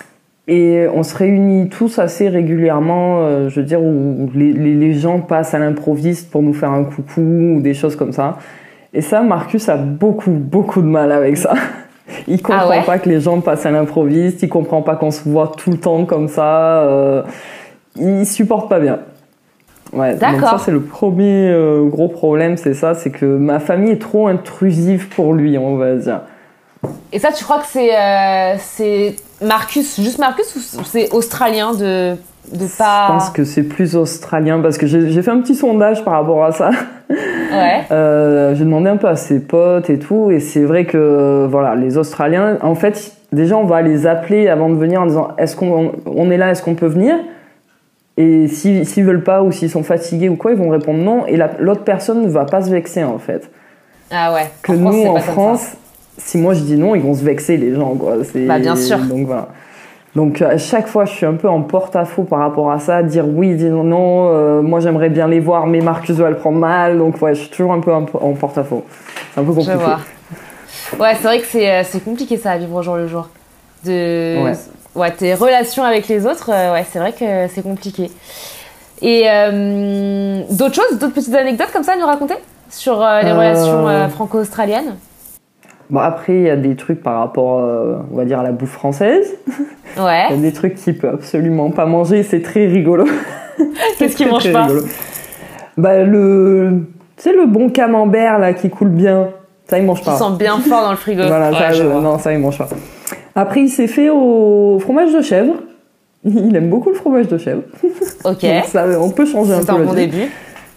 Speaker 2: Et on se réunit tous assez régulièrement, euh, je veux dire, où les, les, les gens passent à l'improviste pour nous faire un coucou ou des choses comme ça. Et ça, Marcus a beaucoup, beaucoup de mal avec ça. Il comprend
Speaker 1: Ah ouais
Speaker 2: pas que les gens passent à l'improviste, il comprend pas qu'on se voit tout le temps comme ça. Euh, il supporte pas bien. Ouais, donc ça, c'est le premier euh, gros problème, c'est ça, c'est que ma famille est trop intrusive pour lui, on va dire.
Speaker 1: Et ça, tu crois que c'est euh, c'est Marcus, juste Marcus, ou c'est australien de de pas...
Speaker 2: Je pense que c'est plus australien parce que j'ai j'ai fait un petit sondage par rapport à ça.
Speaker 1: Ouais.
Speaker 2: Euh, j'ai demandé un peu à ses potes et tout, et c'est vrai que voilà, les Australiens, en fait, déjà on va les appeler avant de venir en disant est-ce qu'on on est là, est-ce qu'on peut venir? Et si, s'ils veulent pas ou s'ils sont fatigués ou quoi, ils vont répondre non, et la, l'autre personne ne va pas se vexer en fait.
Speaker 1: Ah ouais.
Speaker 2: Que
Speaker 1: en
Speaker 2: nous
Speaker 1: France,
Speaker 2: en
Speaker 1: pas
Speaker 2: France, si moi je dis non, ils vont se vexer les gens quoi. C'est,
Speaker 1: bah bien sûr.
Speaker 2: Donc voilà. Donc à chaque fois, je suis un peu en porte-à-faux par rapport à ça, dire oui, dire non, euh, moi j'aimerais bien les voir, mais Marcus va le prendre mal, donc ouais, je suis toujours un peu en porte-à-faux. C'est un peu compliqué.
Speaker 1: Je vois. Ouais, c'est vrai que c'est, c'est compliqué ça à vivre au jour le jour. De...
Speaker 2: Ouais.
Speaker 1: Ouais, tes relations avec les autres, euh, ouais, c'est vrai que c'est compliqué. Et euh, d'autres choses, d'autres petites anecdotes comme ça à nous raconter sur euh, les
Speaker 2: euh...
Speaker 1: relations euh, franco-australiennes?
Speaker 2: Bon, après, il y a des trucs par rapport, euh, on va dire, à la bouffe française.
Speaker 1: Ouais.
Speaker 2: Il y a des trucs qu'il peut absolument pas manger, c'est très rigolo.
Speaker 1: Qu'est-ce qu'il mange pas?
Speaker 2: Rigolo. Bah, le... Tu sais, le bon camembert, là, qui coule bien. Ça, il mange pas.
Speaker 1: Qui sent bien fort dans le frigo.
Speaker 2: Voilà,
Speaker 1: ouais,
Speaker 2: ça,
Speaker 1: je
Speaker 2: euh,
Speaker 1: vois.
Speaker 2: non, ça, il mange pas. Après, il s'est fait au fromage de chèvre. Il aime beaucoup le fromage de chèvre.
Speaker 1: Ok.
Speaker 2: Donc ça, on peut changer un peu.
Speaker 1: C'est un bon
Speaker 2: là-dessus.
Speaker 1: début.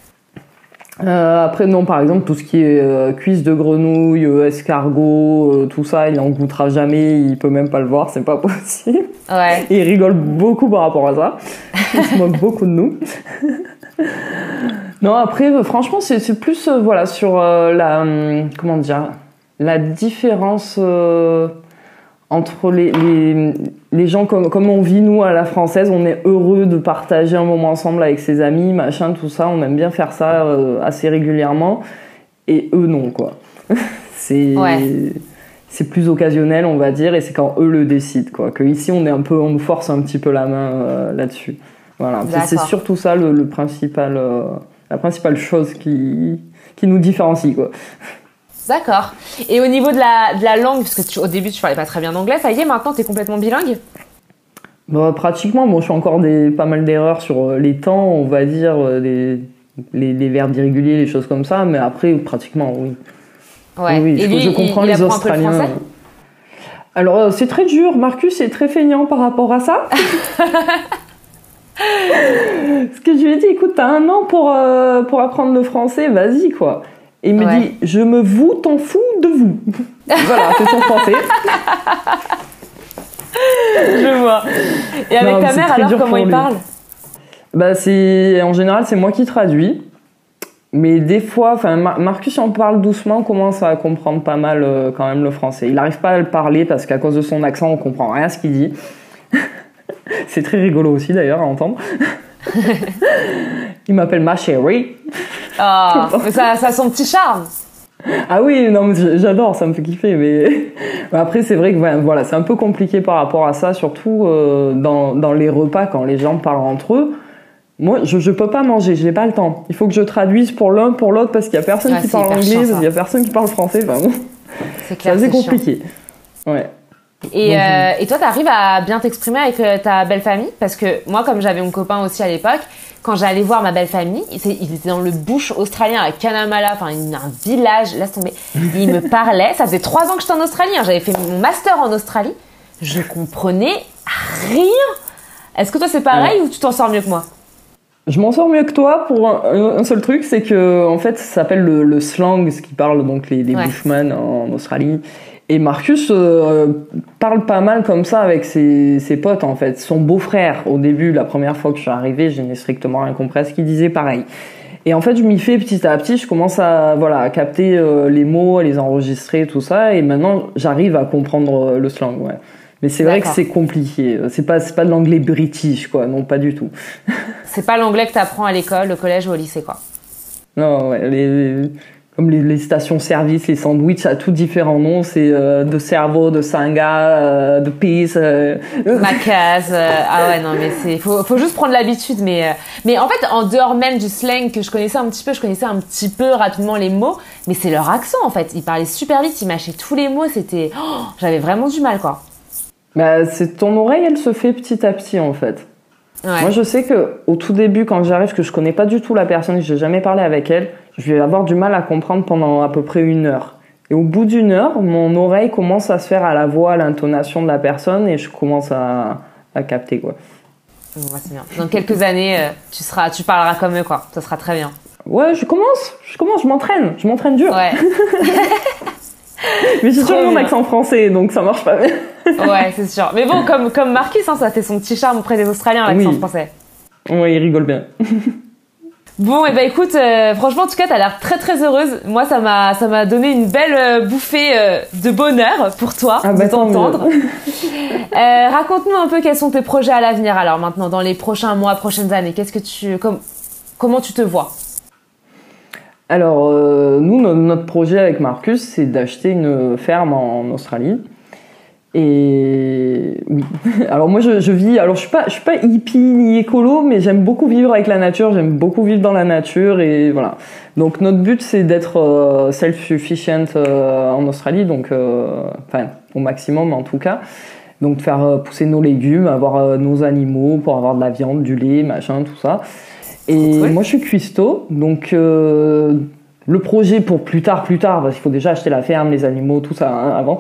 Speaker 2: Euh, après, non, par exemple, tout ce qui est euh, cuisse de grenouille, euh, escargot, euh, tout ça, il en goûtera jamais, il peut même pas le voir, c'est pas possible.
Speaker 1: Ouais.
Speaker 2: Et il rigole beaucoup par rapport à ça. Il se moque beaucoup de nous. Non, après, euh, franchement, c'est, c'est plus, euh, voilà, sur euh, la, hum, comment dire, la différence euh, entre les, les, les gens comme, comme on vit, nous, à la française, on est heureux de partager un moment ensemble avec ses amis, machin, tout ça, on aime bien faire ça euh, assez régulièrement, et eux, non, quoi. c'est,
Speaker 1: ouais.
Speaker 2: c'est plus occasionnel, on va dire, et c'est quand eux le décident, quoi. Que ici, on est un peu, on nous force un petit peu la main euh, là-dessus. Voilà, c'est surtout ça le, le principal, euh, la principale chose qui, qui nous différencie, quoi.
Speaker 1: D'accord. Et au niveau de la, de la langue, parce que tu, au début tu parlais pas très bien anglais, ça y est, maintenant t'es complètement bilingue?
Speaker 2: Bah, pratiquement, bon, je fais encore des, pas mal d'erreurs sur les temps, on va dire, les, les, les verbes irréguliers, les choses comme ça, mais après, pratiquement, oui.
Speaker 1: Ouais.
Speaker 2: Oui,
Speaker 1: Et
Speaker 2: je,
Speaker 1: lui,
Speaker 2: je comprends
Speaker 1: il, il
Speaker 2: les Australiens.
Speaker 1: Un peu le
Speaker 2: Alors, euh, c'est très dur, Marcus est très feignant par rapport à ça. Parce que je lui ai dit, écoute, t'as un an pour, euh, pour apprendre le français, vas-y, quoi. Et il me
Speaker 1: ouais.
Speaker 2: dit, je me vous, t'en fous de vous. Voilà, c'est son français.
Speaker 1: Je vois. Et avec non, ta mère, alors, comment il parle?
Speaker 2: Bah, c'est, en général, c'est moi qui traduis. Mais des fois, enfin, Mar- Marcus, on parle doucement, on commence à comprendre pas mal euh, quand même le français. Il n'arrive pas à le parler parce qu'à cause de son accent, on comprend rien à ce qu'il dit. C'est très rigolo aussi d'ailleurs à entendre. Il m'appelle ma chérie.
Speaker 1: Oh, mais ça, ça a son petit charme.
Speaker 2: Ah oui, non, mais j'adore, ça me fait kiffer. Mais après, c'est vrai que voilà, c'est un peu compliqué par rapport à ça, surtout euh, dans, dans les repas quand les gens parlent entre eux. Moi, je je peux pas manger, j'ai pas le temps. Il faut que je traduise pour l'un, pour l'autre, parce qu'il y a personne
Speaker 1: ouais,
Speaker 2: qui parle anglais, parce qu'il y a personne qui parle français. Enfin bon,
Speaker 1: c'est clair,
Speaker 2: c'est compliqué. Chiant. Ouais.
Speaker 1: Et, Donc, euh, et toi, t'arrives à bien t'exprimer avec euh, ta belle famille? Parce que moi, comme j'avais mon copain aussi à l'époque, quand j'allais voir ma belle famille, il, il était dans le bush australien à Kanamala, enfin un village, laisse tomber. Il me parlait, ça faisait trois ans que j'étais en Australie, hein, j'avais fait mon master en Australie, je comprenais rien. Est-ce que toi c'est pareil ouais. ou tu t'en sors mieux que moi?
Speaker 2: Je m'en sors mieux que toi pour un, un seul truc, c'est que en fait ça s'appelle le, le slang, ce qui parle donc les, les ouais. Bushmen en Australie. Et Marcus euh, parle pas mal comme ça avec ses, ses potes en fait. Son beau-frère, au début, la première fois que je suis arrivée, je n'ai strictement rien compris à ce qu'il disait pareil. Et en fait, je m'y fais petit à petit, je commence à voilà à capter euh, les mots, à les enregistrer, tout ça. Et maintenant, j'arrive à comprendre euh, le slang, ouais. Mais c'est vrai D'accord. que c'est compliqué. C'est pas, c'est pas de l'anglais british, quoi. Non, pas du tout.
Speaker 1: C'est pas l'anglais que t'apprends à l'école, au collège ou au lycée, quoi.
Speaker 2: Non, ouais. Les, les, comme les, les stations-service, les sandwichs, ça a tout différents noms. C'est euh, de cerveau, de sanga, euh, de peace. Euh...
Speaker 1: Macaz. Euh, ah ouais, non, mais c'est, faut, faut juste prendre l'habitude. Mais, euh, mais en fait, en dehors même du slang que je connaissais un petit peu, je connaissais un petit peu rapidement les mots. Mais c'est leur accent, en fait. Ils parlaient super vite, ils mâchaient tous les mots. C'était, oh, j'avais vraiment du mal, quoi.
Speaker 2: Bah, c'est ton oreille, elle se fait petit à petit en fait. Ouais. Moi, je sais que au tout début, quand j'arrive, que je connais pas du tout la personne, que j'ai jamais parlé avec elle, je vais avoir du mal à comprendre pendant à peu près une heure. Et au bout d'une heure, mon oreille commence à se faire à la voix, à l'intonation de la personne, et je commence à, à capter quoi.
Speaker 1: Bon, bah, c'est bien. Dans quelques années, euh, tu seras, tu parleras comme eux quoi. Ça sera très bien.
Speaker 2: Ouais, je commence, je commence, je m'entraîne, je m'entraîne dur.
Speaker 1: Ouais.
Speaker 2: Mais j'ai toujours mon accent français, donc ça marche pas bien.
Speaker 1: Ouais, c'est sûr. Mais bon, comme, comme Marcus, hein, ça fait son petit charme auprès des Australiens, l'accent
Speaker 2: oui.
Speaker 1: français.
Speaker 2: Ouais, il rigole bien.
Speaker 1: Bon, et eh ben écoute, euh, franchement, en tout cas, t'as l'air très très heureuse. Moi, ça m'a, ça m'a donné une belle euh, bouffée euh, de bonheur pour toi, ah, de bah, t'entendre. euh, raconte-nous un peu quels sont tes projets à l'avenir, alors maintenant, dans les prochains mois, prochaines années. Qu'est-ce que tu, com- comment tu te vois?
Speaker 2: Alors, euh, nous, notre, notre projet avec Marcus, c'est d'acheter une ferme en, en Australie. Et oui. Alors moi, je, je vis. Alors je suis pas, je suis pas hippie ni écolo, mais j'aime beaucoup vivre avec la nature. J'aime beaucoup vivre dans la nature et voilà. Donc notre but, c'est d'être euh, self-sufficient euh, en Australie, donc euh, enfin au maximum en tout cas. Donc de faire euh, pousser nos légumes, avoir euh, nos animaux pour avoir de la viande, du lait, machin, tout ça. Et oui. Moi, je suis cuistot, donc euh, le projet pour plus tard, plus tard, parce qu'il faut déjà acheter la ferme, les animaux, tout ça hein, avant.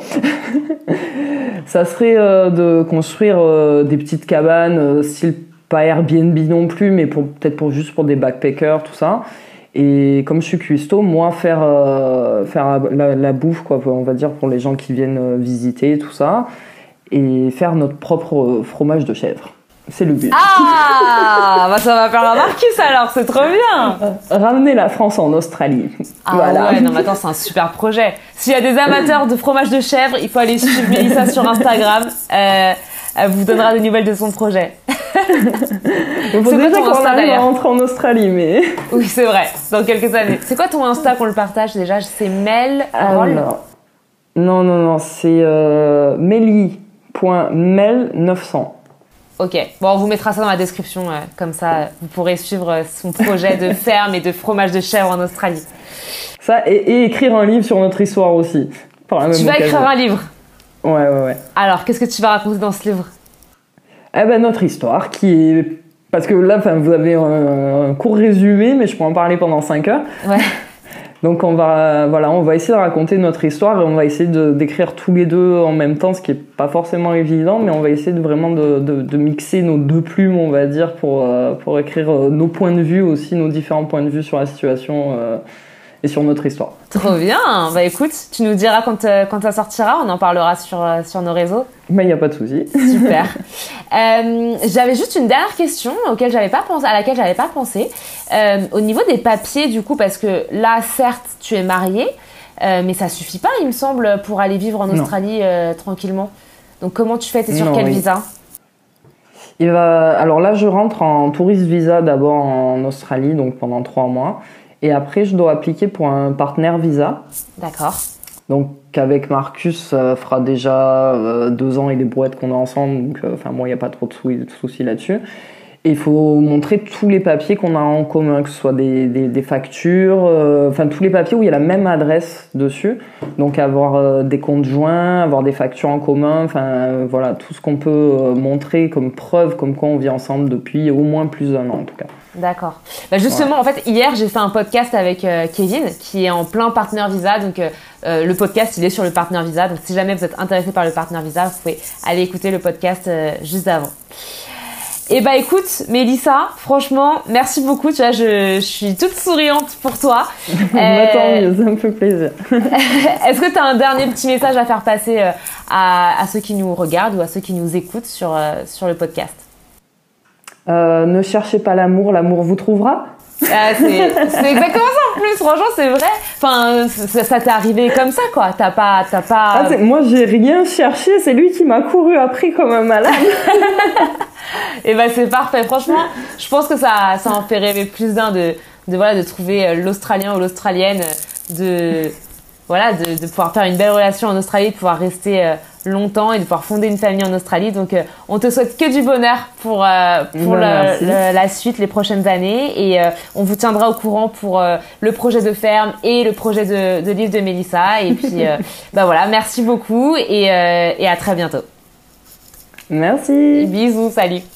Speaker 2: Ça serait euh, de construire euh, des petites cabanes, euh, style pas Airbnb non plus, mais pour, peut-être pour juste pour des backpackers, tout ça. Et comme je suis cuistot, moi faire euh, faire la, la bouffe, quoi, on va dire pour les gens qui viennent visiter, tout ça, et faire notre propre fromage de chèvre. C'est le but.
Speaker 1: Ah, bah ça va faire un Marcus alors, c'est trop bien.
Speaker 2: Ramener la France en Australie.
Speaker 1: Ah
Speaker 2: voilà.
Speaker 1: Ouais, non mais attends, c'est un super projet. S'il y a des amateurs de fromage de chèvre, il faut aller suivre Mélissa sur Instagram. Euh, elle vous donnera des nouvelles de son projet.
Speaker 2: Il faut déjà qu'on arrive à rentrer en Australie, mais...
Speaker 1: Oui, c'est vrai, dans quelques années. C'est quoi ton Insta qu'on le partage déjà? C'est Mel Roll?
Speaker 2: Non, non, non, c'est euh, meli point mel neuf cents.
Speaker 1: Ok, bon, on vous mettra ça dans la description, euh, comme ça vous pourrez suivre euh, son projet de ferme et de fromage de chèvre en Australie.
Speaker 2: Ça, et, et écrire un livre sur notre histoire aussi. Par la même
Speaker 1: tu vas
Speaker 2: occasion.
Speaker 1: écrire un livre?
Speaker 2: Ouais, ouais, ouais.
Speaker 1: Alors, qu'est-ce que tu vas raconter dans ce livre?
Speaker 2: Eh ben, notre histoire, qui est... Parce que là, vous avez un, un court résumé, mais je peux en parler pendant cinq heures.
Speaker 1: Ouais.
Speaker 2: Donc on va, voilà, on va essayer de raconter notre histoire et on va essayer de, d'écrire tous les deux en même temps, ce qui est pas forcément évident, mais on va essayer de vraiment de, de, de mixer nos deux plumes, on va dire, pour, euh, pour écrire nos points de vue aussi, nos différents points de vue sur la situation euh, et sur notre histoire.
Speaker 1: Trop bien. Bah écoute, tu nous diras quand, euh, quand ça sortira, on en parlera sur, euh, sur nos réseaux.
Speaker 2: Mais il n'y a pas de souci.
Speaker 1: Super. euh, j'avais juste une dernière question auquel j'avais pas pensé, à laquelle j'avais pas pensé. Euh, au niveau des papiers, du coup, parce que là, certes, tu es mariée, euh, mais ça suffit pas, il me semble, pour aller vivre en Australie euh, tranquillement. Donc comment tu fais? T'es sur non, quel oui. visa?
Speaker 2: Il va... Alors là, je rentre en tourist visa d'abord en Australie, donc pendant trois mois. Et après, je dois appliquer pour un partenaire visa.
Speaker 1: D'accord.
Speaker 2: Donc avec Marcus, ça fera déjà euh, deux ans et des brouettes qu'on est ensemble. Donc, enfin, euh, moi, il n'y a pas trop de, sou- de soucis là-dessus. Et il faut montrer tous les papiers qu'on a en commun, que ce soit des, des, des factures, euh, enfin tous les papiers où il y a la même adresse dessus. Donc avoir euh, des comptes joints, avoir des factures en commun, enfin euh, voilà, tout ce qu'on peut euh, montrer comme preuve, comme quoi on vit ensemble depuis au moins plus d'un an en tout cas.
Speaker 1: D'accord. Bah justement, ouais. En fait, hier, j'ai fait un podcast avec euh, Kevin, qui est en plein Partner Visa. Donc, euh, euh, le podcast, il est sur le Partner Visa. Donc, si jamais vous êtes intéressé par le Partner Visa, vous pouvez aller écouter le podcast euh, juste avant. Et bah écoute, Mélissa, franchement, merci beaucoup. Tu vois, je, je suis toute souriante pour toi.
Speaker 2: euh... Tant mieux, ça me fait plaisir.
Speaker 1: Est-ce que tu as un dernier petit message à faire passer euh, à, à ceux qui nous regardent ou à ceux qui nous écoutent sur, euh, sur le podcast?
Speaker 2: euh, Ne cherchez pas l'amour, l'amour vous trouvera.
Speaker 1: Ah, c'est, c'est exactement ça en plus, franchement c'est vrai. Enfin, ça, ça t'est arrivé comme ça quoi. T'as pas, t'as pas.
Speaker 2: Ah, moi j'ai rien cherché, c'est lui qui m'a couru après comme un malade.
Speaker 1: Et ben c'est parfait. Franchement, je pense que ça, ça en fait rêver plus d'un de, de voilà, de trouver l'Australien ou l'Australienne, de voilà, de, de pouvoir faire une belle relation en Australie, de pouvoir rester euh, longtemps et de pouvoir fonder une famille en Australie. Donc, euh, on te souhaite que du bonheur pour euh, pour
Speaker 2: ben,
Speaker 1: le, le, la suite, les prochaines années, et euh, on vous tiendra au courant pour euh, le projet de ferme et le projet de, de livre de Mélissa. Et puis, euh, bah voilà, merci beaucoup et, euh, et à très bientôt.
Speaker 2: Merci.
Speaker 1: Bisous, salut.